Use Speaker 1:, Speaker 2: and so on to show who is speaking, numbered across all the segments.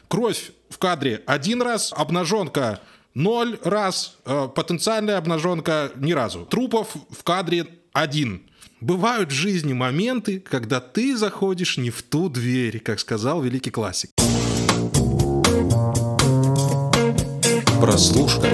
Speaker 1: Кровь в кадре 1 раз, обнаженка 0 раз, потенциальная обнаженка ни разу. Трупов в кадре 1. Бывают в жизни моменты, когда ты заходишь не в ту дверь, как сказал великий классик. Прослушка.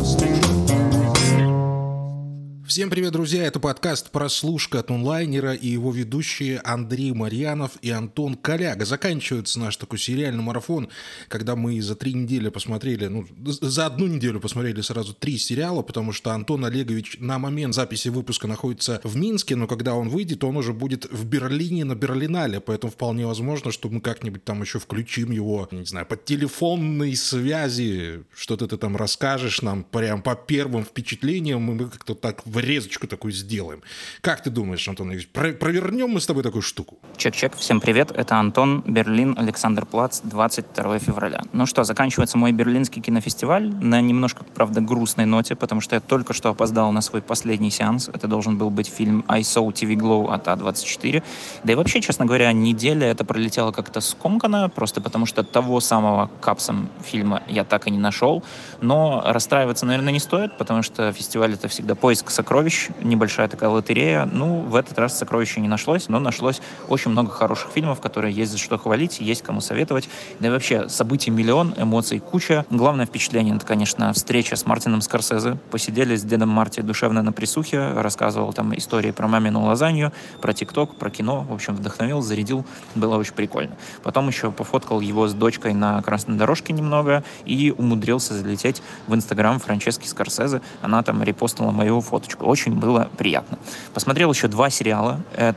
Speaker 1: Всем привет, друзья! Это подкаст «Прослушка» от онлайнера и его ведущие Андрей Марьянов и Антон Коляга. Заканчивается наш такой сериальный марафон, когда мы за 3 недели посмотрели, за 1 неделю посмотрели сразу 3 сериала, потому что Антон Олегович на момент записи выпуска находится в Минске, но когда он выйдет, он уже будет в Берлине на Берлинале, поэтому вполне возможно, что мы как-нибудь там еще включим его, не знаю, по телефонной связи, что-то ты там расскажешь нам прям по первым впечатлениям, и мы как-то так резочку такую сделаем. Как ты думаешь, Антон Ильич, провернем мы с тобой такую штуку?
Speaker 2: Чек-чек, всем привет, это Антон, Берлин, Александрплац, 22 февраля. Ну что, заканчивается мой берлинский кинофестиваль на немножко, правда, грустной ноте, потому что я только что опоздал на свой последний сеанс. Это должен был быть фильм I Saw TV Glow от А24. Да и вообще, честно говоря, неделя это пролетела как-то скомканно, просто потому что того самого капсом фильма я так и не нашел. Но расстраиваться, наверное, не стоит, потому что фестиваль — это всегда поиск сокровищ, небольшая такая лотерея. В этот раз сокровища не нашлось, но нашлось очень много хороших фильмов, которые есть за что хвалить, есть кому советовать. Да и вообще, событий миллион, эмоций куча. Главное впечатление — это, конечно, встреча с Мартином Скорсезе. Посидели с дедом Марти душевно на присухе, рассказывал там истории про мамину лазанью, про ТикТок, про кино. В общем, вдохновил, зарядил. Было очень прикольно. Потом еще пофоткал его с дочкой на красной дорожке немного и умудрился залететь в Инстаграм Франчески Скорсезе. Она там репостнула мою фоточку. Очень было приятно. Посмотрел еще 2 сериала.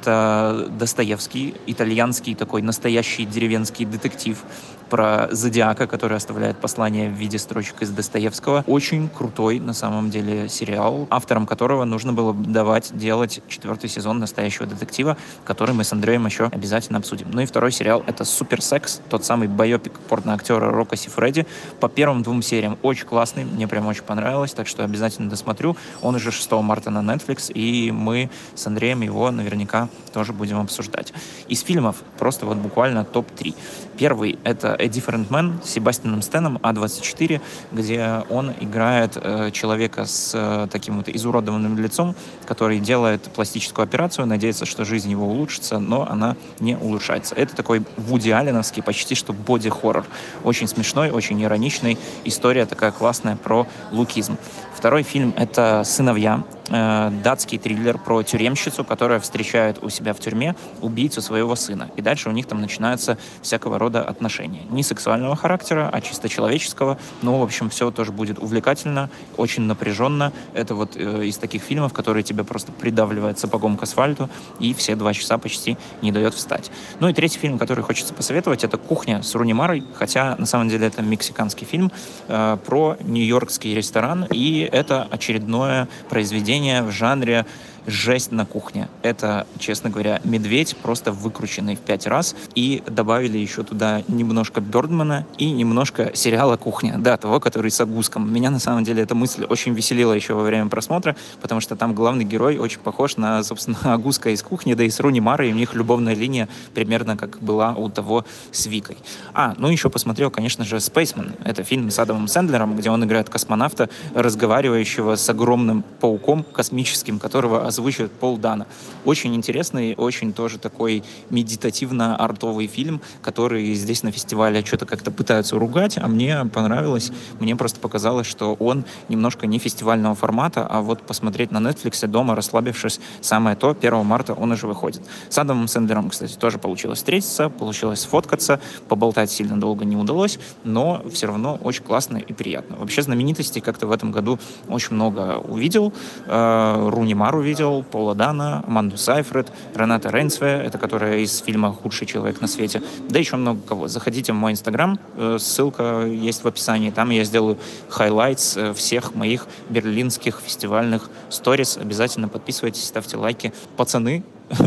Speaker 2: Это Достоевский, итальянский такой настоящий деревенский детектив про зодиака, который оставляет послание в виде строчек из Достоевского. Очень крутой, на самом деле, сериал, автором которого нужно было делать 4-й сезон настоящего детектива, который мы с Андреем еще обязательно обсудим. Ну и 2-й сериал — это «Суперсекс», тот самый байопик порноактера Рокко Сиффредди. По первым 2 сериям очень классный, мне прям очень понравилось, так что обязательно досмотрю. Он уже 6 марта на Netflix, и мы с Андреем его наверняка тоже будем обсуждать. Из фильмов просто вот буквально топ-3. Первый — это «A Different Man» с Себастьяном Стэном, А24, где он играет человека с таким вот изуродованным лицом, который делает пластическую операцию, надеется, что жизнь его улучшится, но она не улучшается. Это такой Вуди Алленовский, почти что боди-хоррор. Очень смешной, очень ироничный. История такая классная про лукизм. 2-й фильм — это «Сыновья». Датский триллер про тюремщицу, которая встречает у себя в тюрьме убийцу своего сына. И дальше у них там начинаются всякого рода отношения. Не сексуального характера, а чисто человеческого. В общем, все тоже будет увлекательно, очень напряженно. Это вот из таких фильмов, которые тебя просто придавливают сапогом к асфальту и все 2 часа почти не дает встать. И 3-й фильм, который хочется посоветовать, это «Кухня» с Руни Марой, хотя на самом деле это мексиканский фильм про нью-йоркский ресторан, и это очередное произведение в жанре жесть на кухне. Это, честно говоря, «Медведь», просто выкрученный в 5 раз. И добавили еще туда немножко Бёрдмана и немножко сериала «Кухня». Да, того, который с Агуском. Меня, на самом деле, эта мысль очень веселила еще во время просмотра, потому что там главный герой очень похож на, собственно, Агуска из «Кухни», да и с Руни Марой. И у них любовная линия примерно как была у того с Викой. Еще посмотрел, конечно же, «Спейсмен». Это фильм с Адамом Сэндлером, где он играет космонавта, разговаривающего с огромным пауком космическим, которого озвучивает Пол Дано. Очень интересный, очень тоже такой медитативно-артовый фильм, который здесь на фестивале что-то как-то пытаются ругать, а мне понравилось. Мне просто показалось, что он немножко не фестивального формата, а вот посмотреть на Netflix дома, расслабившись, самое то. 1 марта он уже выходит. С Адамом Сэндлером, кстати, тоже получилось встретиться, получилось сфоткаться, поболтать сильно долго не удалось, но все равно очень классно и приятно. Вообще знаменитостей как-то в этом году очень много увидел. Руни Мару видел, Пола Дано, Аманду Сайфред, Рената Рейнсве, это которая из фильма «Худший человек на свете», да еще много кого. Заходите в мой Инстаграм, ссылка есть в описании, там я сделаю хайлайтс всех моих берлинских фестивальных сторис. Обязательно подписывайтесь, ставьте лайки. Пацаны,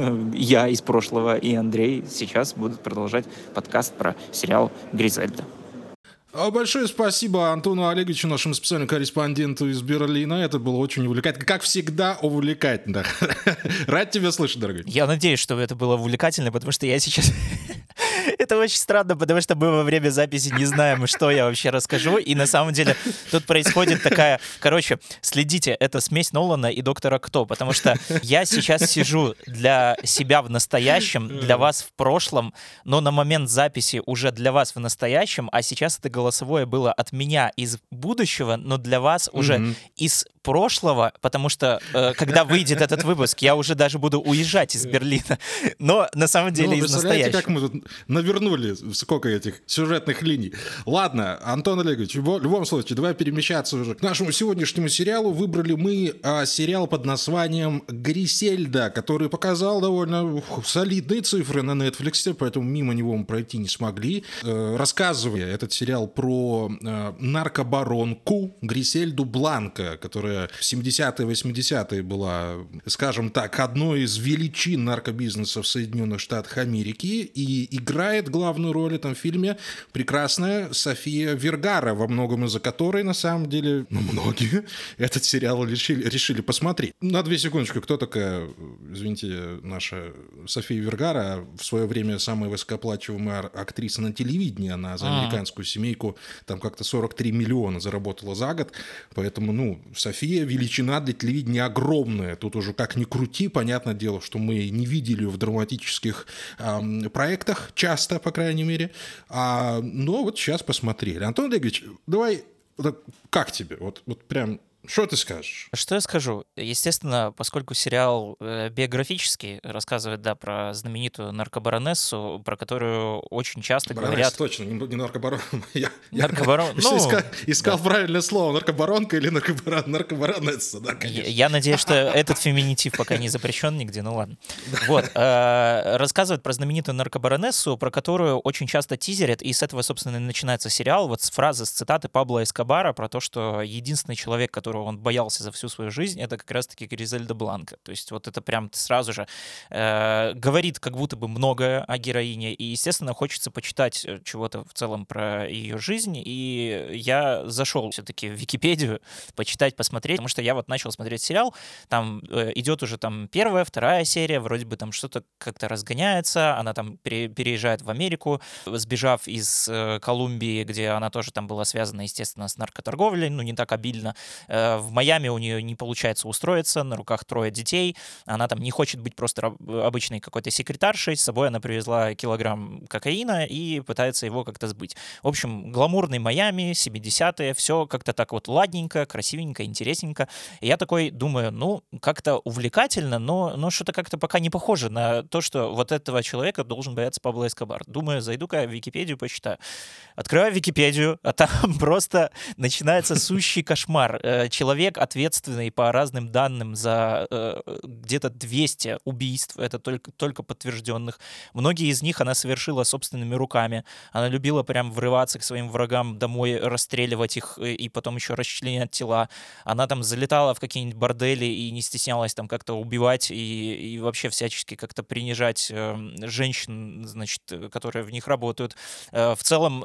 Speaker 2: я из прошлого и Андрей сейчас будут продолжать подкаст про сериал «Гризельда».
Speaker 1: Большое спасибо Антону Олеговичу, нашему специальному корреспонденту из Берлина. Это было очень увлекательно. Как всегда, увлекательно. Рад тебя слышать, дорогой.
Speaker 3: Я надеюсь, что это было увлекательно, потому что я сейчас
Speaker 2: Это очень странно, потому что мы во время записи не знаем, что я вообще расскажу, и на самом деле тут происходит такая... Короче, следите, это смесь Нолана и Доктора Кто, потому что я сейчас сижу для себя в настоящем, для вас в прошлом, но на момент записи уже для вас в настоящем, а сейчас это голосовое было от меня из будущего, но для вас уже из прошлого, потому что когда выйдет этот выпуск, я уже даже буду уезжать из Берлина, но на самом деле из настоящего.
Speaker 1: Как мы тут навернули сколько этих сюжетных линий. Ладно, Антон Олегович, в любом случае, давай перемещаться уже к нашему сегодняшнему сериалу. Выбрали мы сериал под названием «Грисельда», который показал довольно солидные цифры на Netflix, поэтому мимо него мы пройти не смогли. Рассказывая этот сериал про наркобаронку Грисельду Бланко, которая в 70-е, 80-е была, скажем так, одной из величин наркобизнеса в Соединенных Штатах Америки, и играет главную роль в этом фильме прекрасная София Вергара, во многом из-за которой, на самом деле, многие этот сериал решили посмотреть. На 2 секундочку, кто такая, извините, наша София Вергара, в свое время самая высокооплачиваемая актриса на телевидении, она за американскую семейку там как-то 43 миллиона заработала за год, поэтому, София величина для телевидения огромная, тут уже как ни крути, понятное дело, что мы не видели ее в драматических проектах, часто, по крайней мере, но вот сейчас посмотрели. Антон Олегович, давай, как тебе, вот прям... Что ты скажешь?
Speaker 2: Что я скажу? Естественно, поскольку сериал биографический, рассказывает, про знаменитую наркобаронессу, про которую очень часто говорят...
Speaker 1: Точно, не наркобарон.
Speaker 2: Наркобарон...
Speaker 1: Искал правильное слово. Наркобаронка или наркобаронесса, да, конечно.
Speaker 2: Я надеюсь, что этот феминитив пока не запрещен нигде, ладно. Вот. Рассказывает про знаменитую наркобаронессу, про которую очень часто тизерят, и с этого, собственно, и начинается сериал. Вот с фразы, с цитаты Пабло Эскобара про то, что единственный человек, которого он боялся за всю свою жизнь, это как раз-таки Гризельда Бланко. То есть вот это прям сразу же говорит как будто бы многое о героине, и, естественно, хочется почитать чего-то в целом про ее жизнь, и я зашел все-таки в Википедию почитать, посмотреть, потому что я вот начал смотреть сериал, там идет уже там 1-я, 2-я серия, вроде бы там что-то как-то разгоняется, она там переезжает в Америку, сбежав из Колумбии, где она тоже там была связана, естественно, с наркоторговлей, не так обильно. В Майами у нее не получается устроиться, на руках 3 детей, она там не хочет быть просто обычной какой-то секретаршей, с собой она привезла килограмм кокаина и пытается его как-то сбыть. В общем, гламурный Майами, 70-е, все как-то так вот ладненько, красивенько, интересненько. И я такой думаю, как-то увлекательно, но что-то как-то пока не похоже на то, что вот этого человека должен бояться Пабло Эскобар. Думаю, зайду-ка в Википедию, почитаю. Открываю Википедию, а там просто начинается сущий кошмар. Человек, ответственный по разным данным за где-то 200 убийств, это только подтвержденных. Многие из них она совершила собственными руками. Она любила прям врываться к своим врагам домой, расстреливать их и потом еще расчленять тела. Она там залетала в какие-нибудь бордели и не стеснялась там как-то убивать и вообще всячески как-то принижать женщин, значит, которые в них работают. В целом,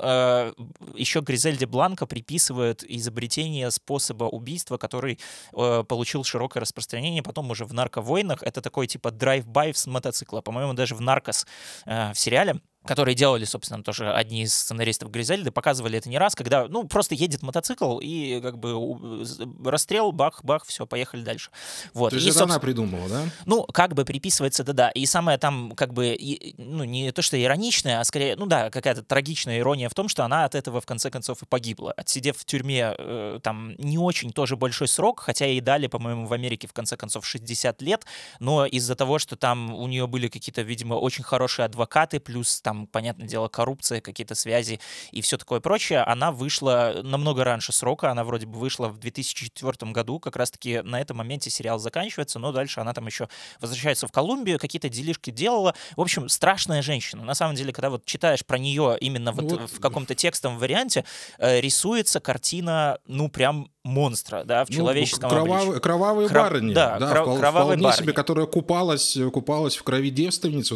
Speaker 2: еще Гризельде Бланко приписывают изобретение способа убийства, который получил широкое распространение потом уже в «Нарковойнах». Это такой типа драйв-бай с мотоцикла. По-моему, даже в «Наркос» в сериале, которые делали, собственно, тоже одни из сценаристов Гризельды, показывали это не раз, когда, просто едет мотоцикл и как бы расстрел, бах-бах, все, поехали дальше. Вот.
Speaker 1: То есть это она придумала, да?
Speaker 2: Как бы приписывается, да. И самое там как бы, не то что ироничное, а скорее, какая-то трагичная ирония в том, что она от этого в конце концов и погибла. Отсидев в тюрьме там не очень тоже большой срок, хотя ей дали, по-моему, в Америке в конце концов 60 лет, но из-за того, что там у нее были какие-то, видимо, очень хорошие адвокаты, плюс там, понятное дело, коррупция, какие-то связи и все такое прочее, она вышла намного раньше срока, она вроде бы вышла в 2004 году, как раз-таки на этом моменте сериал заканчивается, но дальше она там еще возвращается в Колумбию, какие-то делишки делала. В общем, страшная женщина. На самом деле, когда вот читаешь про нее именно в каком-то текстовом варианте, рисуется картина, прям монстра, да, в человеческом обличии.
Speaker 1: Кровавые барыни,
Speaker 2: кровавые
Speaker 1: вполне себе, которая купалась в крови девственниц,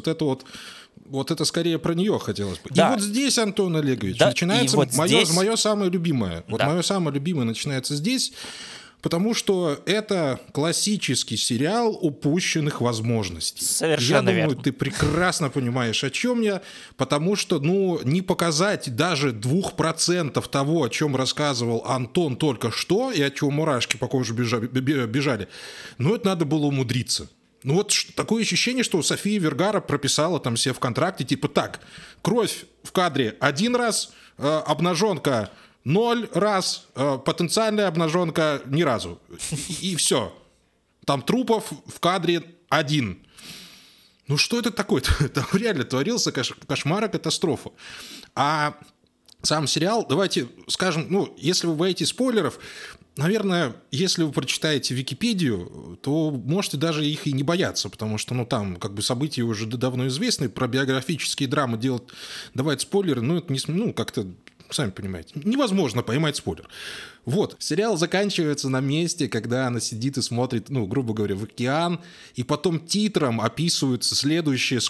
Speaker 1: вот это скорее про нее хотелось бы. Да. И вот здесь, Антон Олегович, начинается мое самое любимое. Вот мое самое любимое начинается здесь. Потому что это классический сериал упущенных возможностей.
Speaker 2: Совершенно
Speaker 1: верно.
Speaker 2: верно.
Speaker 1: Ты прекрасно понимаешь, о чем я, потому что, не показать даже 2% того, о чем рассказывал Антон только что, и от чего мурашки по коже бежали, это надо было умудриться. Такое ощущение, что София Вергара прописала там себе в контракте, типа, так, кровь в кадре 1 раз, обнаженка 0 раз, потенциальная обнаженка ни разу. И все. Там трупов в кадре 1. Что это такое? Там реально творился кошмар и катастрофа. А сам сериал, давайте скажем, если вы боитесь спойлеров, наверное, если вы прочитаете Википедию, то можете даже их и не бояться, потому что, там события уже давно известны, про биографические драмы давать спойлеры, это не, как-то, сами понимаете, невозможно поймать спойлер. Сериал заканчивается на месте, когда она сидит и смотрит, грубо говоря, в океан, и потом титром описываются следующие,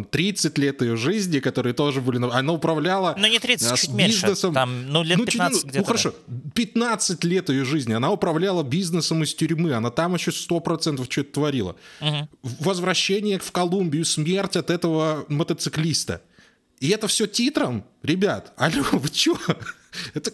Speaker 1: 30 лет ее жизни, которые тоже были... Она управляла...
Speaker 2: не 30, чуть меньше, там, лет 15 где-то.
Speaker 1: Хорошо, 15 лет ее жизни. Она управляла бизнесом из тюрьмы, она там еще 100% что-то творила.
Speaker 2: Угу.
Speaker 1: Возвращение в Колумбию, смерть от этого мотоциклиста. И это все титром? Ребят, алло, вы чё? Это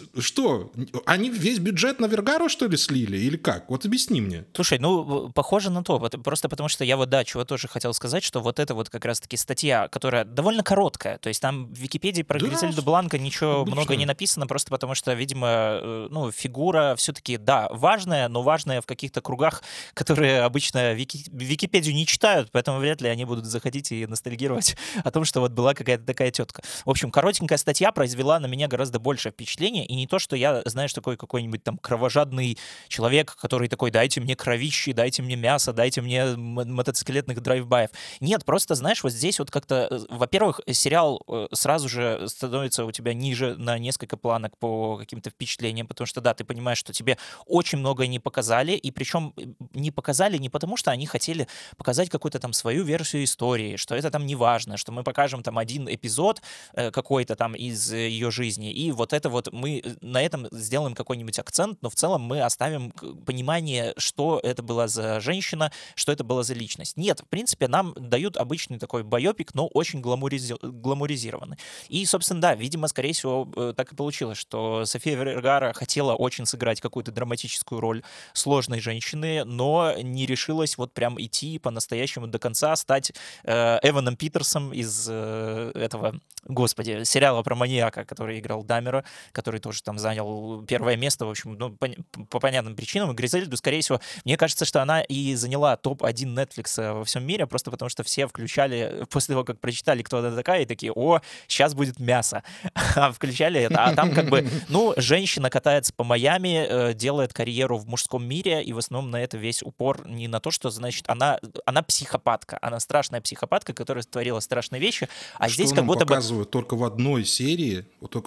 Speaker 1: что? Они весь бюджет на Вергару, что ли, слили? Или как? Объясни мне.
Speaker 2: Слушай, похоже на то. Просто потому что я чего тоже хотел сказать, что это как раз-таки статья, которая довольно короткая. То есть там в Википедии про Гризельду Бланко ничего много не написано, просто потому что, видимо, фигура все-таки, да, важная, но важная в каких-то кругах, которые обычно Википедию не читают, поэтому вряд ли они будут заходить и ностальгировать о том, что была какая-то такая тетка. В общем, коротенькая статья произвела на меня гораздо большее впечатление, и не то, что я, знаешь, такой какой-нибудь там кровожадный человек, который такой: дайте мне кровищи, дайте мне мясо, дайте мне мотоциклетных драйв-баев. Нет, просто, знаешь, здесь как-то, во-первых, сериал сразу же становится у тебя ниже на несколько планок по каким-то впечатлениям, потому что, да, ты понимаешь, что тебе очень многое не показали, и причем не показали не потому, что они хотели показать какую-то там свою версию истории, что это там не важно, что мы покажем там один эпизод какой-то там из ее жизни, и мы на этом сделаем какой-нибудь акцент, но в целом мы оставим понимание, что это была за женщина, что это была за личность. Нет, в принципе, нам дают обычный такой байопик, но очень гламуризированный. И, собственно, да, видимо, скорее всего, так и получилось, что София Вергара хотела очень сыграть какую-то драматическую роль сложной женщины, но не решилась прям идти по-настоящему до конца, стать Эваном Питерсом из этого, господи, сериала про маньяка, который играл Дамера, который тоже там занял первое место, в общем, по понятным причинам. И Гризельду, скорее всего, мне кажется, что она и заняла топ-1 Netflix во всем мире, просто потому что все включали, после того, как прочитали, кто она такая, и такие: о, сейчас будет мясо. Включали это, а там женщина катается по Майами, делает карьеру в мужском мире, и в основном на это весь упор не на то, что, значит, она психопатка, она страшная психопатка, которая творила страшные вещи, а
Speaker 1: что
Speaker 2: здесь как будто бы...
Speaker 1: только в одной серии,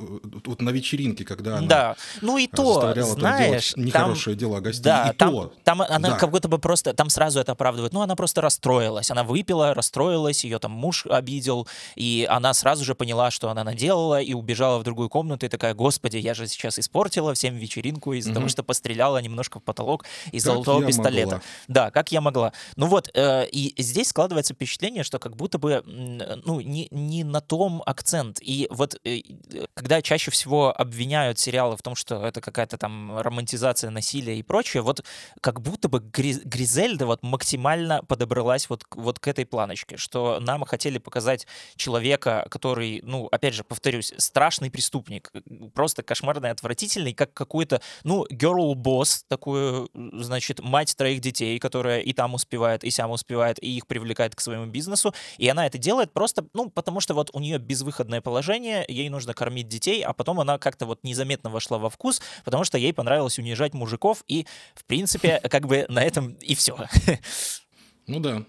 Speaker 1: на вечеринке, когда она
Speaker 2: заставляла
Speaker 1: делать нехорошие дела гостей.
Speaker 2: Да, там она как будто бы просто, там сразу это оправдывает, она просто расстроилась, она выпила, расстроилась, ее там муж обидел, и она сразу же поняла, что она наделала, и убежала в другую комнату, и такая: господи, я же сейчас испортила всем вечеринку из-за того, что постреляла немножко в потолок из золотого пистолета. Да, как я могла. И здесь складывается впечатление, что как будто бы, не на том акцент. И когда чаще всего обвиняют сериалы в том, что это какая-то там романтизация насилия и прочее, как будто бы Гризельда максимально подобралась к этой планочке, что нам хотели показать человека, который, опять же, повторюсь, страшный преступник, просто кошмарный, отвратительный, как какой-то, girl-босс, такую, значит, мать 3 детей, которая и там успевает, и сям успевает, и их привлекает к своему бизнесу, и она это делает просто, потому что у нее безвыходное положение, ей нужно кормить детей, а потом она как-то незаметно вошла во вкус, потому что ей понравилось унижать мужиков, и, в принципе, на этом и все.
Speaker 1: Ну да.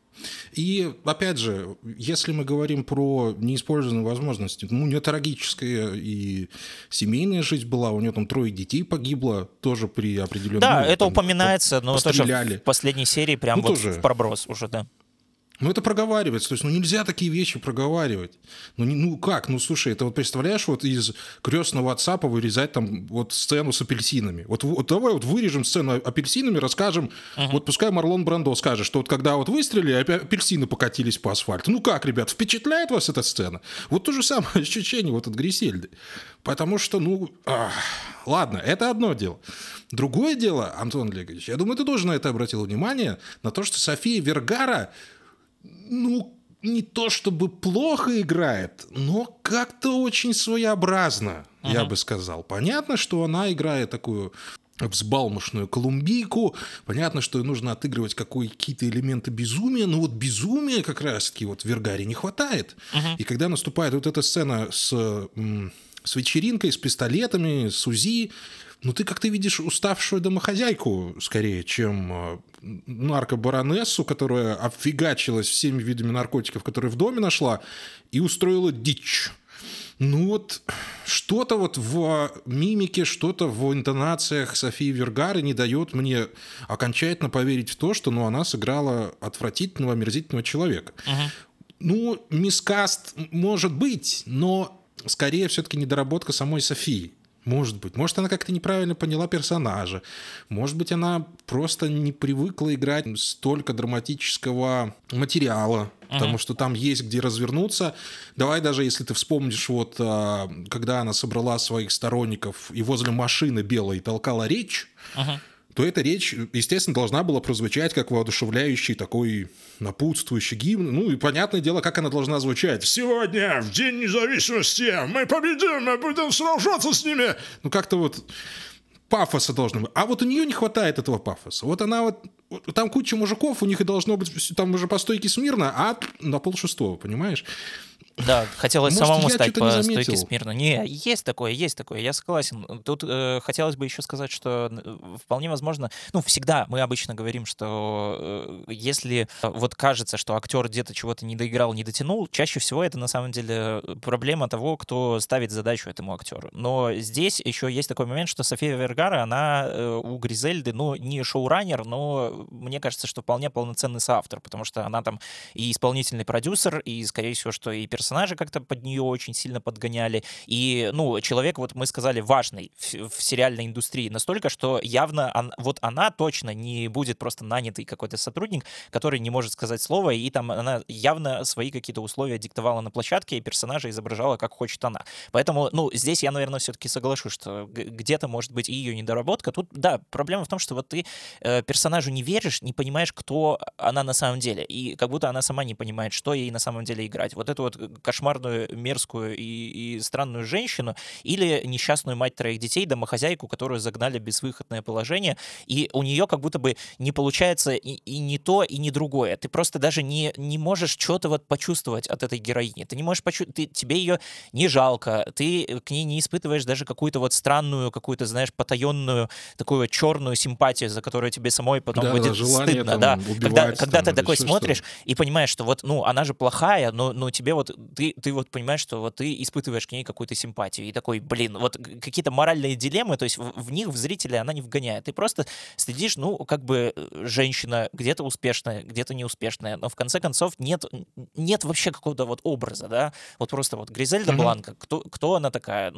Speaker 1: И, опять же, если мы говорим про неиспользованные возможности, у нее трагическая и семейная жизнь была, у нее там 3 детей погибло, тоже при определенном...
Speaker 2: Да, это упоминается, но
Speaker 1: постреляли.
Speaker 2: тоже в последней серии прям в проброс уже, да.
Speaker 1: Ну, это проговаривается. То есть, нельзя такие вещи проговаривать. Как? Слушай, это вот представляешь, вот из крестного отца вырезать там вот сцену с апельсинами. Вот давай вот вырежем сцену апельсинами, расскажем. Вот пускай Марлон Брандо скажет, что вот когда вот выстрелили, апельсины покатились по асфальту. Ну как, ребят, впечатляет вас эта сцена? Вот то же самое ощущение вот от Грисельды. Потому что, ладно, это одно дело. Другое дело, Антон Олегович, я думаю, ты тоже на это обратил внимание, на то, что София Вергара не то чтобы плохо играет, но как-то очень своеобразно, я бы сказал. Понятно, что она играет такую взбалмошную колумбийку, понятно, что ей нужно отыгрывать какие-то элементы безумия, но вот безумия как раз-таки вот Вергаре не хватает. И когда наступает вот эта сцена с вечеринкой, с пистолетами, с УЗИ, ты как-то видишь уставшую домохозяйку скорее, чем наркобаронессу, которая обфигачилась всеми видами наркотиков, которые в доме нашла, и устроила дичь. Что-то вот в мимике, что-то в интонациях Софии Вергары не дает мне окончательно поверить в то, что она сыграла отвратительного, омерзительного человека. Мискаст может быть, но скорее все-таки недоработка самой Софии. Может быть. Может, она как-то неправильно поняла персонажа. Может быть, она просто не привыкла играть столько драматического материала, потому что там есть где развернуться. Давай даже, если ты вспомнишь, вот когда она собрала своих сторонников и возле машины белой толкала речь, то эта речь, естественно, должна была прозвучать как воодушевляющий такой напутствующий гимн. И понятное дело, как она должна звучать. «Сегодня, в День независимости, мы победим, мы будем сражаться с ними!» Как-то вот пафоса должно быть. А вот у нее не хватает этого пафоса. Вот она там куча мужиков, у них и должно быть там уже по стойке смирно, а на 5:30, понимаешь?
Speaker 2: Да, хотелось
Speaker 1: Может,
Speaker 2: самому
Speaker 1: я
Speaker 2: стать
Speaker 1: что-то не
Speaker 2: по
Speaker 1: заметил.
Speaker 2: стойке смирно. Не, есть такое, я согласен. Тут хотелось бы еще сказать, что вполне возможно, всегда мы обычно говорим, что если вот кажется, что актер где-то чего-то не доиграл, не дотянул, чаще всего это на самом деле проблема того, кто ставит задачу этому актеру. Но здесь еще есть такой момент, что София Вергара, она у Гризельды, не шоураннер, но мне кажется, что вполне полноценный соавтор, потому что она там и исполнительный продюсер, и, скорее всего, что и персонажи как-то под нее очень сильно подгоняли. И, человек, вот мы сказали, важный в сериальной индустрии настолько, что явно она точно не будет просто нанятый какой-то сотрудник, который не может сказать слово, и там она явно свои какие-то условия диктовала на площадке, и персонажа изображала, как хочет она. Поэтому, здесь я, наверное, все-таки соглашусь, что где-то может быть и ее недоработка. Тут, да, проблема в том, что вот ты персонажу не веришь, не понимаешь, кто она на самом деле, и как будто она сама не понимает, что ей на самом деле играть. Вот это вот кошмарную, мерзкую и странную женщину или несчастную мать 3 детей, домохозяйку, которую загнали в безвыходное положение, и у нее как будто бы не получается и не то, и не другое. Ты просто даже не можешь что-то вот почувствовать от этой героини. Ты не можешь почувствовать, тебе ее не жалко, ты к ней не испытываешь даже какую-то вот странную, какую-то, знаешь, потаенную, такую вот черную симпатию, за которую тебе самой потом будет стыдно. Да, когда ты такой смотришь и понимаешь, что вот, она же плохая, но тебе вот ты вот понимаешь, что вот ты испытываешь к ней какую-то симпатию, и такой, вот какие-то моральные дилеммы, то есть в них в зрителя она не вгоняет. Ты просто следишь, как бы женщина где-то успешная, где-то неуспешная, но в конце концов нет вообще какого-то вот образа, да, вот просто вот Гризельда Бланко, кто она такая?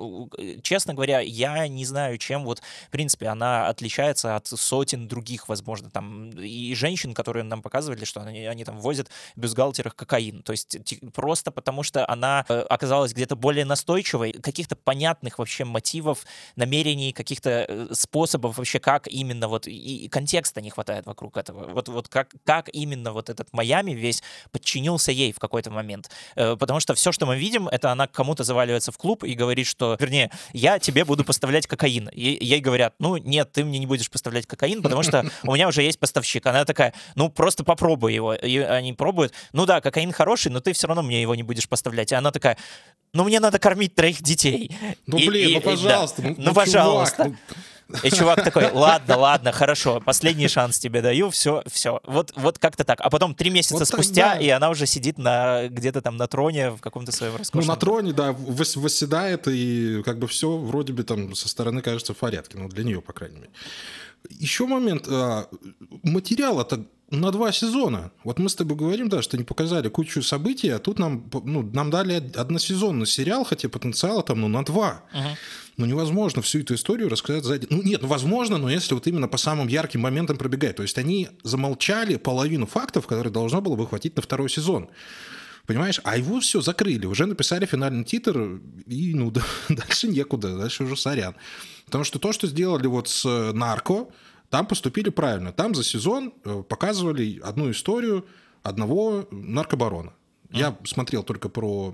Speaker 2: Честно говоря, я не знаю, чем вот, в принципе, она отличается от сотен других, возможно, там, и женщин, которые нам показывали, что они там возят в бюстгальтерах кокаин, то есть просто потому, что она оказалась где-то более настойчивой, каких-то понятных вообще мотивов, намерений, каких-то способов вообще, как именно вот, и контекста не хватает вокруг этого. Вот как именно вот этот Майами весь подчинился ей в какой-то момент. Потому что все, что мы видим, это она к кому-то заваливается в клуб и говорит, что, вернее, я тебе буду поставлять кокаин. И ей говорят, нет, ты мне не будешь поставлять кокаин, потому что у меня уже есть поставщик. Она такая, просто попробуй его. И они пробуют, да, кокаин хороший, но ты все равно мне его не будешь поставлять. И она такая, мне надо кормить 3 детей.
Speaker 1: Пожалуйста.
Speaker 2: Да. Пожалуйста. И чувак такой, ладно, хорошо, последний шанс тебе даю, все. Вот как-то так. А потом 3 месяца
Speaker 1: вот
Speaker 2: спустя,
Speaker 1: тогда...
Speaker 2: и она уже сидит где-то там на троне в каком-то своем роскошном...
Speaker 1: на троне, да, восседает, и как бы все вроде бы там со стороны кажется в порядке, для нее, по крайней мере. Еще момент. Материала-то на 2 сезона. Вот мы с тобой говорим, да, что не показали кучу событий, а тут нам дали односезонный сериал, хотя потенциала там, на 2. Ну, невозможно всю эту историю рассказать сзади. Ну, нет, возможно, но если вот именно по самым ярким моментам пробегать. То есть они замолчали половину фактов, которые должно было бы хватить на 2 сезон. Понимаешь? А его все закрыли. Уже написали финальный титр, и, дальше некуда, дальше уже сорян. Потому что то, что сделали вот с «Нарко», там поступили правильно. Там за сезон показывали одну историю одного наркобарона. Я смотрел только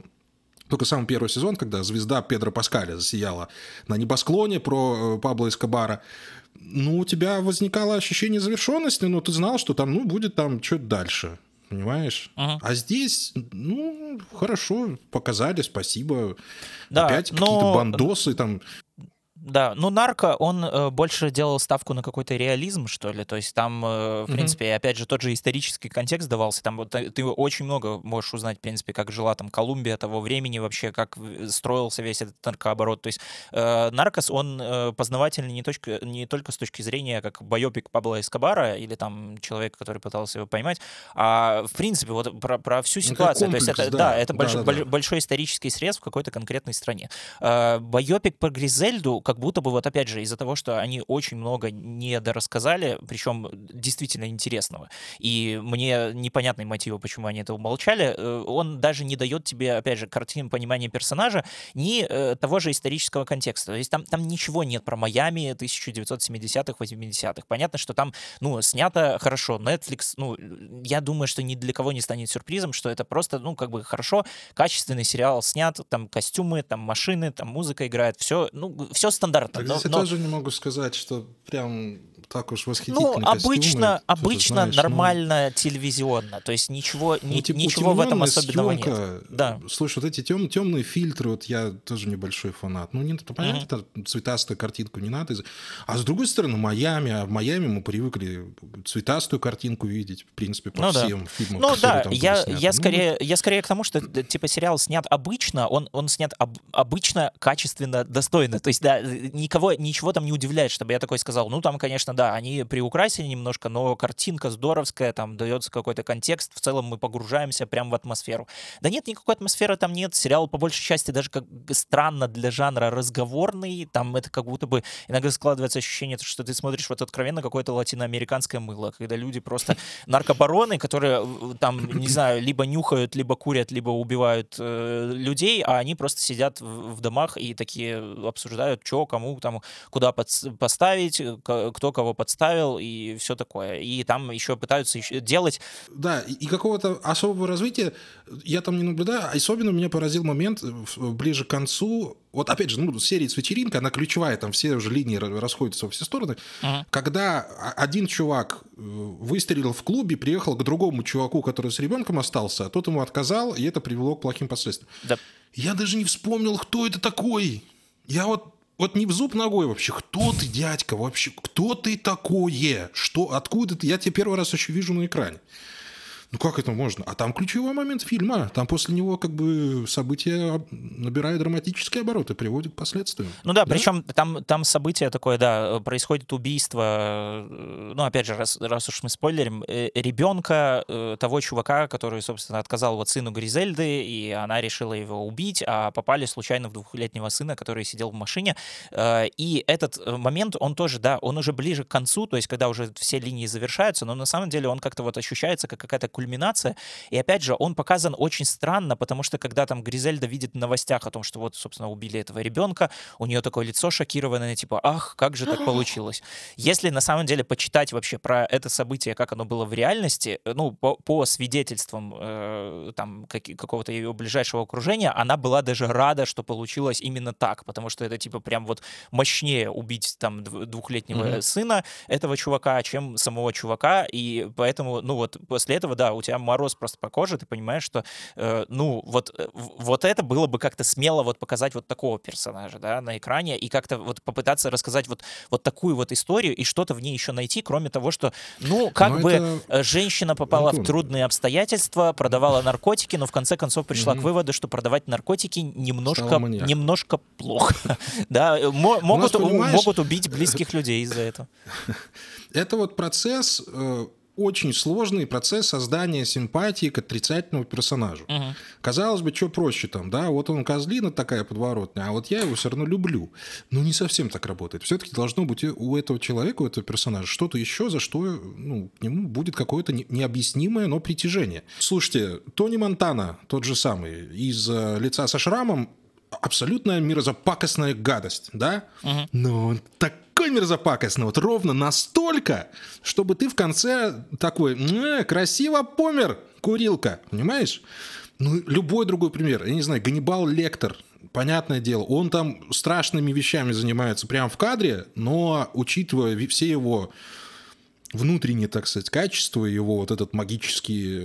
Speaker 1: самый первый сезон, когда звезда Педро Паскаля засияла на небосклоне, про Пабло Эскобара. У тебя возникало ощущение завершенности, но ты знал, что там, будет там что-то дальше. Понимаешь? А здесь, хорошо, показали, спасибо. Да, опять какие-то бандосы там...
Speaker 2: Да, «Нарко», он больше делал ставку на какой-то реализм, что ли, то есть там, в принципе, опять же, тот же исторический контекст давался, там вот ты очень много можешь узнать, в принципе, как жила там Колумбия того времени вообще, как строился весь этот наркооборот, то есть «Наркос», он познавательный не только с точки зрения как байопик Пабло Эскобара или там человека, который пытался его поймать, а в принципе вот про всю ситуацию,
Speaker 1: комплекс,
Speaker 2: то есть это большой исторический срез в какой-то конкретной стране. Байопик по Гризельду, как будто бы вот опять же из-за того, что они очень много недорассказали, причем действительно интересного, и мне непонятны мотивы, почему они это умолчали, он даже не дает тебе, опять же, картин понимания персонажа, ни того же исторического контекста. То есть там ничего нет про Майами 1970-х, 80-х. Понятно, что там, снято хорошо. Netflix, я думаю, что ни для кого не станет сюрпризом, что это просто, хорошо, качественный сериал снят, там костюмы, там машины, там музыка играет, все стандартно.
Speaker 1: Так здесь я тоже не могу сказать, что прям так уж восхитительные костюмы.
Speaker 2: Обычно нормально телевизионно, то есть ничего в этом особенного
Speaker 1: съемка,
Speaker 2: нет. Да.
Speaker 1: Слушай, вот эти темные фильтры, вот я тоже небольшой фанат. Понятно, цветастую картинку не надо. А с другой стороны, в Майами мы привыкли цветастую картинку видеть, в принципе, по всем фильмам.
Speaker 2: Я скорее к тому, что типа сериал снят обычно, он снят обычно, качественно, достойно. То есть, ничего там не удивляет, чтобы я такой сказал, там, конечно, да, они приукрасили немножко, но картинка здоровская, там дается какой-то контекст, в целом мы погружаемся прямо в атмосферу. Да нет, никакой атмосферы там нет, сериал по большей части даже как странно для жанра разговорный, там это как будто бы иногда складывается ощущение, что ты смотришь вот откровенно какое-то латиноамериканское мыло, когда люди просто наркобароны, которые там, не знаю, либо нюхают, либо курят, либо убивают людей, а они просто сидят в домах и такие обсуждают, что, кому там, куда поставить, кто кого подставил и все такое. И там еще пытаются делать...
Speaker 1: Да, и какого-то особого развития я там не наблюдаю. Особенно меня поразил момент ближе к концу. Вот опять же, серия с вечеринкой, она ключевая, там все уже линии расходятся во все стороны. Когда один чувак выстрелил в клубе, приехал к другому чуваку, который с ребенком остался, а тот ему отказал, и это привело к плохим последствиям.
Speaker 2: Да.
Speaker 1: Я даже не вспомнил, кто это такой. Я вот не в зуб ногой вообще. Кто ты, дядька, вообще? Кто ты такое? Откуда ты? Я тебя первый раз еще вижу на экране. Как это можно? А там ключевой момент фильма. Там после него как бы события набирают драматические обороты, приводят к последствиям.
Speaker 2: Причем там событие такое, происходит убийство, опять же, раз уж мы спойлерим, ребенка того чувака, который, собственно, отказал сыну Гризельды, и она решила его убить, а попали случайно в 2-летнего сына, который сидел в машине. И этот момент, он тоже, он уже ближе к концу, то есть когда уже все линии завершаются, но на самом деле он как-то ощущается как какая-то кульминация. И опять же, он показан очень странно, потому что когда там Гризельда видит в новостях о том, что собственно, убили этого ребенка, у нее такое лицо шокированное, типа, ах, как же так получилось. Если на самом деле почитать вообще про это событие, как оно было в реальности, по свидетельствам там какого-то ее ближайшего окружения, она была даже рада, что получилось именно так, потому что это типа прям мощнее убить там 2-летнего сына этого чувака, чем самого чувака, и поэтому, после этого, у тебя мороз просто по коже, ты понимаешь, что, вот это было бы как-то смело показать такого персонажа, на экране, и как-то попытаться рассказать вот такую историю, и что-то в ней еще найти, кроме того, что, женщина попала в трудные обстоятельства, продавала наркотики, но в конце концов пришла к выводу, что продавать наркотики немножко плохо. Могут убить близких людей из-за этого.
Speaker 1: Это процесс... очень сложный процесс создания симпатии к отрицательному персонажу. Казалось бы, что проще там, да, вот он козлина такая подворотная, а вот я его все равно люблю. Но не совсем так работает. Все-таки должно быть у этого человека, у этого персонажа что-то еще, за что, ну, к нему будет какое-то необъяснимое, но притяжение. Слушайте, Тони Монтана, тот же самый, из «Лица со шрамом», абсолютная мерзопакостная гадость, да? Но он такой мерзопакостный, вот ровно настолько, чтобы ты в конце такой, красиво помер, курилка, понимаешь? Ну, любой другой пример, я не знаю, Ганнибал Лектор, понятное дело, он там страшными вещами занимается прямо в кадре, но учитывая все его внутренние, так сказать, качества, его вот этот магическое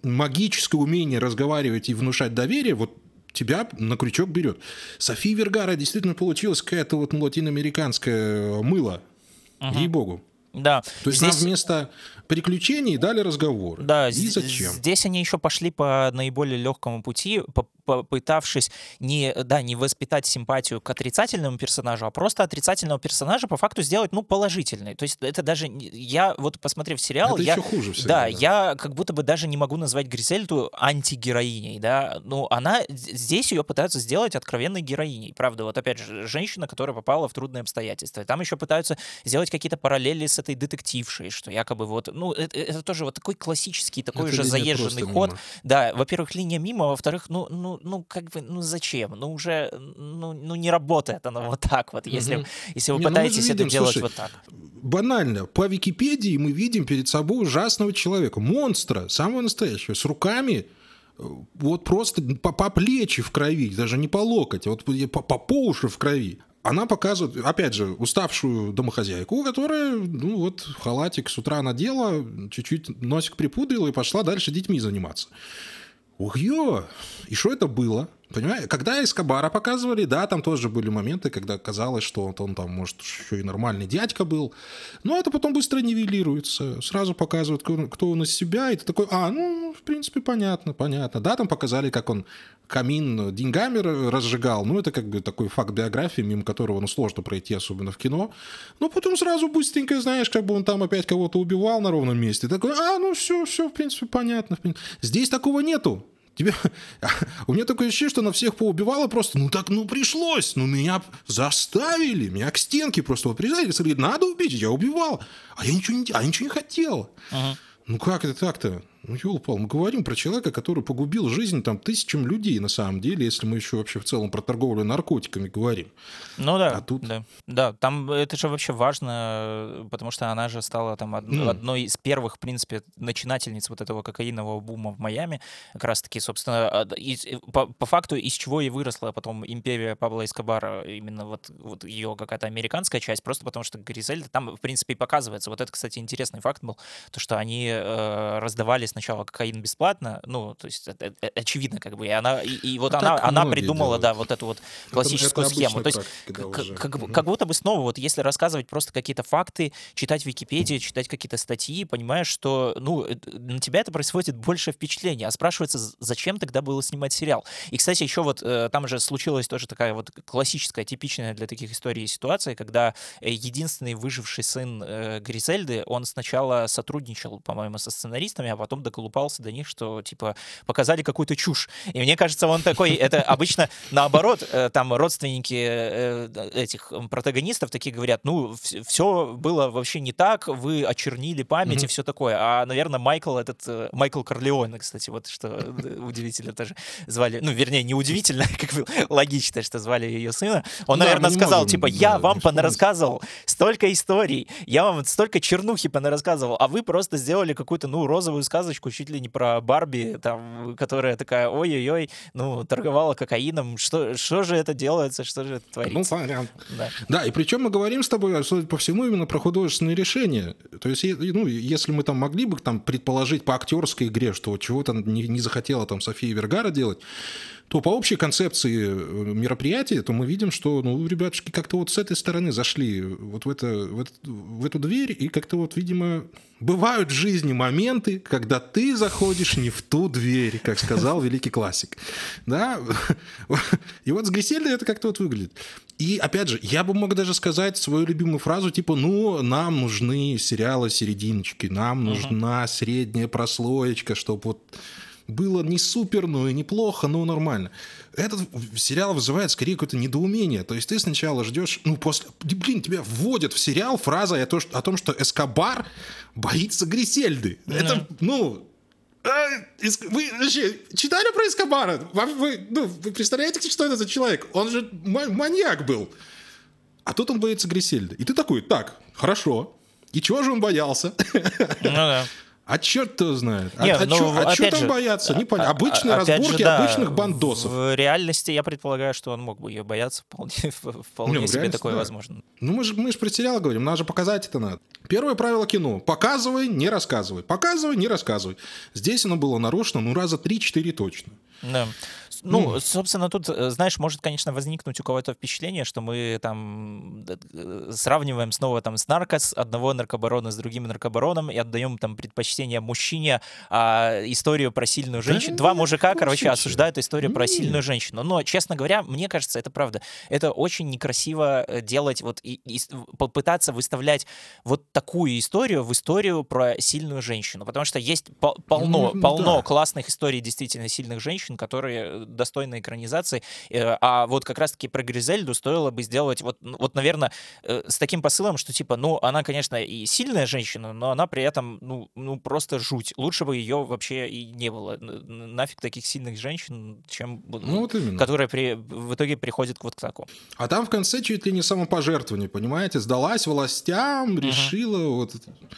Speaker 1: умение разговаривать и внушать доверие, вот тебя на крючок берет. София Вергара действительно получилась какая-то вот латиноамериканское мыло. Ей-богу.
Speaker 2: Да.
Speaker 1: То есть нам вместо приключений дали разговор.
Speaker 2: Да,
Speaker 1: и зачем?
Speaker 2: Здесь они еще пошли по наиболее легкому пути, попытавшись не воспитать симпатию к отрицательному персонажу, а просто отрицательного персонажа по факту сделать, ну, положительный. То есть это даже... Я вот, посмотрев сериал...
Speaker 1: Это еще хуже всегда.
Speaker 2: Да, я как будто бы даже не могу назвать Гризельду антигероиней, да. Ну, она... Здесь ее пытаются сделать откровенной героиней. Правда, вот опять же, женщина, которая попала в трудные обстоятельства. Там еще пытаются сделать какие-то параллели с этой детектившей, что якобы вот... Ну, это тоже вот такой классический, такой
Speaker 1: это
Speaker 2: же заезженный ход.
Speaker 1: Мимо.
Speaker 2: Да, во-первых, линия мимо, во-вторых, как бы, зачем? Ну, уже, не работает оно вот так вот, если вы пытаетесь это делать вот так.
Speaker 1: Банально, по Википедии мы видим перед собой ужасного человека, монстра, самого настоящего, с руками вот просто по плечи в крови, даже не по локоть, а вот по уши в крови. Она показывает, опять же, уставшую домохозяйку, которая, ну вот, халатик с утра надела, чуть-чуть носик припудрила и пошла дальше детьми заниматься. Ух, ё! И что это было? Понимаете? Когда Эскобара показывали, да, там тоже были моменты, когда казалось, что он там, может, еще и нормальный дядька был. Но это потом быстро нивелируется. Сразу показывают, кто он из себя. И ты такой, в принципе, понятно. Да, там показали, как он камин деньгами разжигал. Ну, это как бы такой факт биографии, мимо которого, сложно пройти, особенно в кино. Но потом сразу быстренько, знаешь, как бы он там опять кого-то убивал на ровном месте. Такой, все, в принципе, понятно. Здесь такого нету. У меня такое ощущение, что она всех поубивала просто, пришлось, меня заставили, меня к стенке просто вот прижали, сказали, надо убить, я убивал, а я ничего не хотел. Ну как это так-то? Ну, ёлпал, мы говорим про человека, который погубил жизнь там тысячам людей, на самом деле, если мы еще вообще в целом про торговлю наркотиками говорим.
Speaker 2: Ну да,
Speaker 1: а тут...
Speaker 2: да, там это же вообще важно, потому что она же стала там одной из первых, в принципе, начинательниц вот этого кокаинового бума в Майами. Как раз-таки, собственно, по факту, из чего и выросла потом империя Пабло Эскобара, именно вот ее какая-то американская часть, просто потому что Гризельда там, в принципе, и показывается. Вот это, кстати, интересный факт был, то, что они раздавали сначала кокаин бесплатно, ну, то есть это очевидно, как бы, и она придумала, делают. Да, вот эту вот классическую схему. То есть как будто бы снова, вот если рассказывать просто какие-то факты, читать Википедию, читать какие-то статьи, понимаешь, что, на тебя это производит большее впечатление, а спрашивается, зачем тогда было снимать сериал? И, кстати, еще вот там же случилась тоже такая вот классическая, типичная для таких историй ситуация, когда единственный выживший сын Гризельды, он сначала сотрудничал, по-моему, со сценаристами, а потом доколупался до них, что, типа, показали какую-то чушь. И мне кажется, он такой, это обычно наоборот, там родственники этих протагонистов такие говорят, все было вообще не так, вы очернили память и все такое. А, наверное, Майкл Корлеоне, кстати, вот что удивительно тоже звали, вернее, не удивительно, как бы логично, что звали ее сына. Он, наверное, сказал, типа, я вам понарассказывал столько историй, я вам столько чернухи понарассказывал, а вы просто сделали какую-то, розовую сказочку чуть ли не про Барби, там, которая такая, ой-ой-ой, торговала кокаином, что же это делается, что же это творится?
Speaker 1: Да, и причем мы говорим с тобой, судя по всему, именно про художественные решения. То есть, если мы там могли бы там предположить по актерской игре, что чего-то не захотела там София Вергара делать, то по общей концепции мероприятия, то мы видим, что, ну, ребятушки как-то вот с этой стороны зашли вот в эту дверь, и как-то вот, видимо, бывают в жизни моменты, когда ты заходишь не в ту дверь, как сказал великий классик. Да? И вот с Грисельдой это как-то вот выглядит. И, опять же, я бы мог даже сказать свою любимую фразу, типа, ну, нам нужны сериалы-серединочки, нам нужна средняя прослоечка, чтобы вот было не супер, но и неплохо, но нормально. Этот сериал вызывает скорее какое-то недоумение. То есть ты сначала ждешь, ну, блин, тебя вводят в сериал фраза о том, что Эскобар боится Грисельды. Это, ну... Вы вообще читали про Эскобара? Вы представляете, что это за человек? Он же маньяк был. А тут он боится Грисельды. И ты такой, так, хорошо. И чего же он боялся?
Speaker 2: Ну да.
Speaker 1: А черт его знает.
Speaker 2: Что
Speaker 1: там бояться? Непонятно. Обычные разборки обычных бандосов.
Speaker 2: В реальности я предполагаю, что он мог бы ее бояться. Вполне себе такое возможно.
Speaker 1: Ну мы же про сериал говорим, надо же показать это надо. Первое правило кино. Показывай, не рассказывай. Показывай, не рассказывай. Здесь оно было нарушено, ну, раза 3-4 точно.
Speaker 2: Да. Ну, собственно, тут, знаешь, может, конечно, возникнуть у кого-то впечатление, что мы там сравниваем снова там с наркос, одного наркобарона с другим наркобароном и отдаем там предпочтение мужчине, а историю про сильную женщину. Два мужика, короче, осуждают историю про сильную женщину. Но, честно говоря, мне кажется, это правда. Это очень некрасиво делать, вот и попытаться выставлять вот такую историю в историю про сильную женщину. Потому что есть полно классных историй действительно сильных женщин, которые достойной экранизации, а вот как раз-таки про Гризельду стоило бы сделать вот, наверное, с таким посылом, что типа, ну, она, конечно, и сильная женщина, но она при этом, ну просто жуть. Лучше бы ее вообще и не было. Нафиг таких сильных женщин, чем которые в итоге приходят вот к такому.
Speaker 1: А там в конце чуть ли не самопожертвование, понимаете? Сдалась властям, решила вот...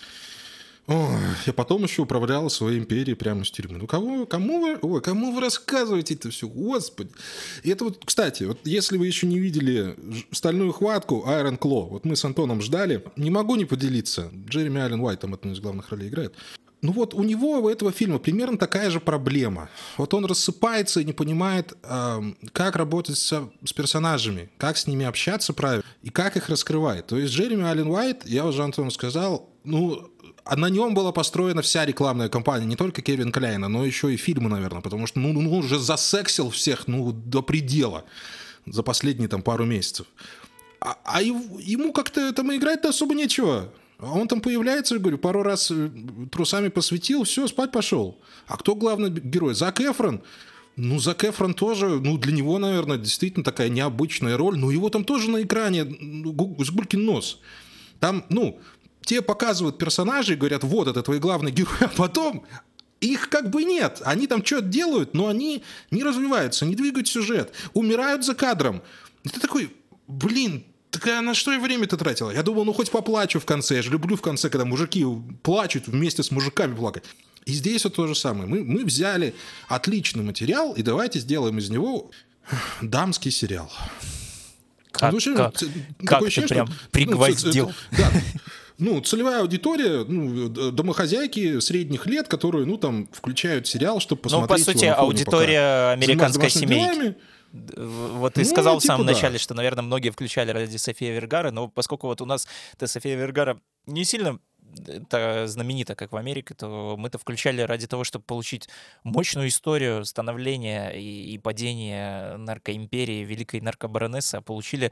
Speaker 1: Ой, я потом еще управляла своей империей прямо из тюрьмы. Ну, кому вы рассказываете это все? Господи. И это вот, кстати, вот если вы еще не видели «Стальную хватку», Iron Claw, вот мы с Антоном ждали, не могу не поделиться. Джереми Аллен Уайт там одну из главных ролей играет. Ну вот у него, у этого фильма, примерно такая же проблема. Вот он рассыпается и не понимает, как работать с персонажами, как с ними общаться правильно и как их раскрывать. То есть Джереми Аллен Уайт, я уже Антону сказал, на нем была построена вся рекламная кампания, не только Кевин Кляйна, но еще и фильмы, наверное, потому что он уже засексил всех до предела за последние там пару месяцев. А ему как-то там играть-то особо нечего. Он там появляется, я говорю, пару раз трусами посветил, все, спать пошел. А кто главный герой? Зак Эфрон. Ну, Зак Эфрон тоже, для него, наверное, действительно такая необычная роль, но его там тоже на экране с гулькин нос. Там, те показывают персонажей, говорят, вот, это твой главный герой, а потом их как бы нет. Они там что-то делают, но они не развиваются, не двигают сюжет, умирают за кадром. И ты такой, блин, так а на что я время-то тратила? Я думал, хоть поплачу в конце. Я же люблю в конце, когда мужики плачут вместе с мужиками плакать. И здесь вот то же самое. Мы взяли отличный материал и давайте сделаем из него дамский сериал.
Speaker 2: Как ты прям пригвоздил.
Speaker 1: Целевая аудитория, домохозяйки средних лет, которые, включают сериал, чтобы посмотреть.
Speaker 2: По сути, аудитория американской семейки. Вот ты сказал в самом начале, что, наверное, многие включали ради Софии Вергары, но поскольку вот у нас София Вергара не сильно знаменита, как в Америке, то мы-то включали ради того, чтобы получить мощную историю становления и падения наркоимперии, великой наркобаронессы, а получили,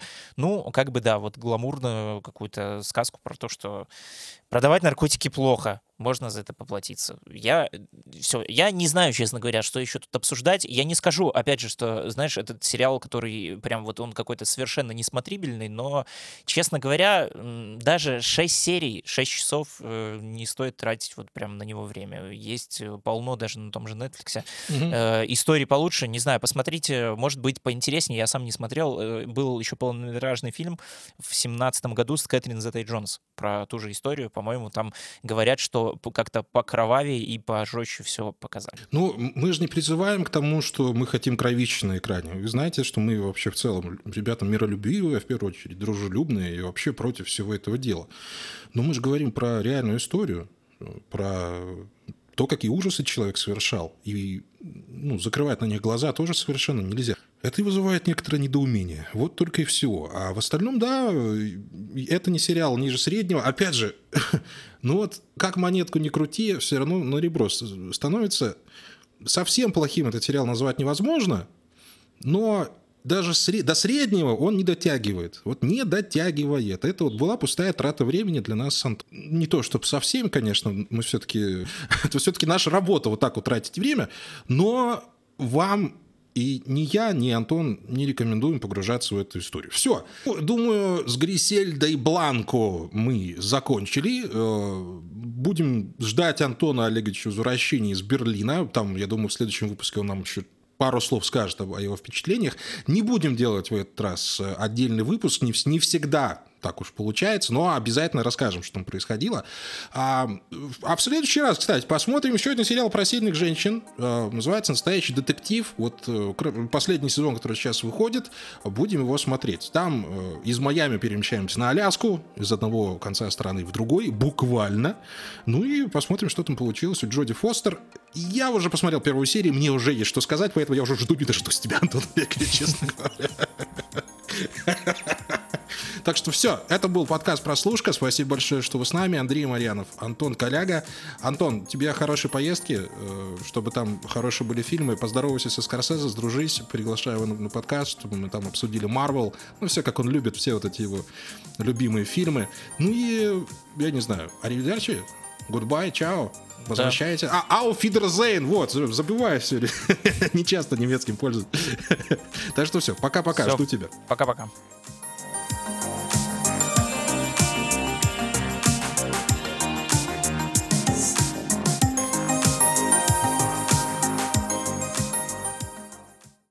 Speaker 2: гламурную какую-то сказку про то, что продавать наркотики плохо, можно за это поплатиться. Я не знаю, честно говоря, что еще тут обсуждать. Я не скажу, опять же, что, знаешь, этот сериал, который прям вот он какой-то совершенно несмотрибельный, но, честно говоря, даже 6 серий, 6 часов не стоит тратить вот прям на него время. Есть полно даже на том же Netflix. Истории получше, не знаю, посмотрите, может быть, поинтереснее. Я сам не смотрел. Был еще полнометражный фильм в 2017 году с Кэтрин Зета-Джонс про ту же историю. По-моему, там говорят, что как-то покровавее и пожестче все показали.
Speaker 1: Мы же не призываем к тому, что мы хотим кровищи на экране. Вы знаете, что мы вообще в целом ребята миролюбивые, в первую очередь, дружелюбные и вообще против всего этого дела. Но мы же говорим про реальную историю, про то, какие ужасы человек совершал. И закрывать на них глаза тоже совершенно нельзя. Это и вызывает некоторое недоумение. Вот только и всего. А в остальном, да, это не сериал ниже среднего. Опять же, как монетку не крути, все равно на ребро становится. Совсем плохим этот сериал назвать невозможно, но даже до среднего он не дотягивает. Не дотягивает. Это была пустая трата времени для нас. Не то, чтобы совсем, конечно, мы все-таки... Это все-таки наша работа так тратить время, но вам и ни я, ни Антон не рекомендуем погружаться в эту историю. Все. Думаю, с Грисельдой и Бланко мы закончили. Будем ждать Антона Олеговича возвращения из Берлина. Там, я думаю, в следующем выпуске он нам еще пару слов скажет о его впечатлениях. Не будем делать в этот раз отдельный выпуск. Не всегда так уж получается, но обязательно расскажем, что там происходило. А в следующий раз, кстати, посмотрим еще один сериал про сильных женщин. Называется «Настоящий детектив». Последний сезон, который сейчас выходит, будем его смотреть. Там из Майами перемещаемся на Аляску, из одного конца страны в другой, буквально. И посмотрим, что там получилось у Джоди Фостер. Я уже посмотрел первую серию, мне уже есть что сказать, поэтому я уже жду не дождусь тебя, Антон, честно говоря. Так что все, это был подкаст «Прослушка». Спасибо большое, что вы с нами. Андрей Марьянов, Антон Коляга. Антон, тебе хорошей поездки, чтобы там хорошие были фильмы. Поздоровайся со Скорсезе, сдружись, приглашаю его на подкаст, чтобы мы там обсудили Марвел. Все, как он любит, все эти его любимые фильмы. И, я не знаю, аривидерчи, гудбай, чао. Возвращаете. Да. Ау Фидерзейн, забываю все. Не часто немецким пользуюсь. Так что все, пока-пока, жду тебя.
Speaker 2: Пока-пока.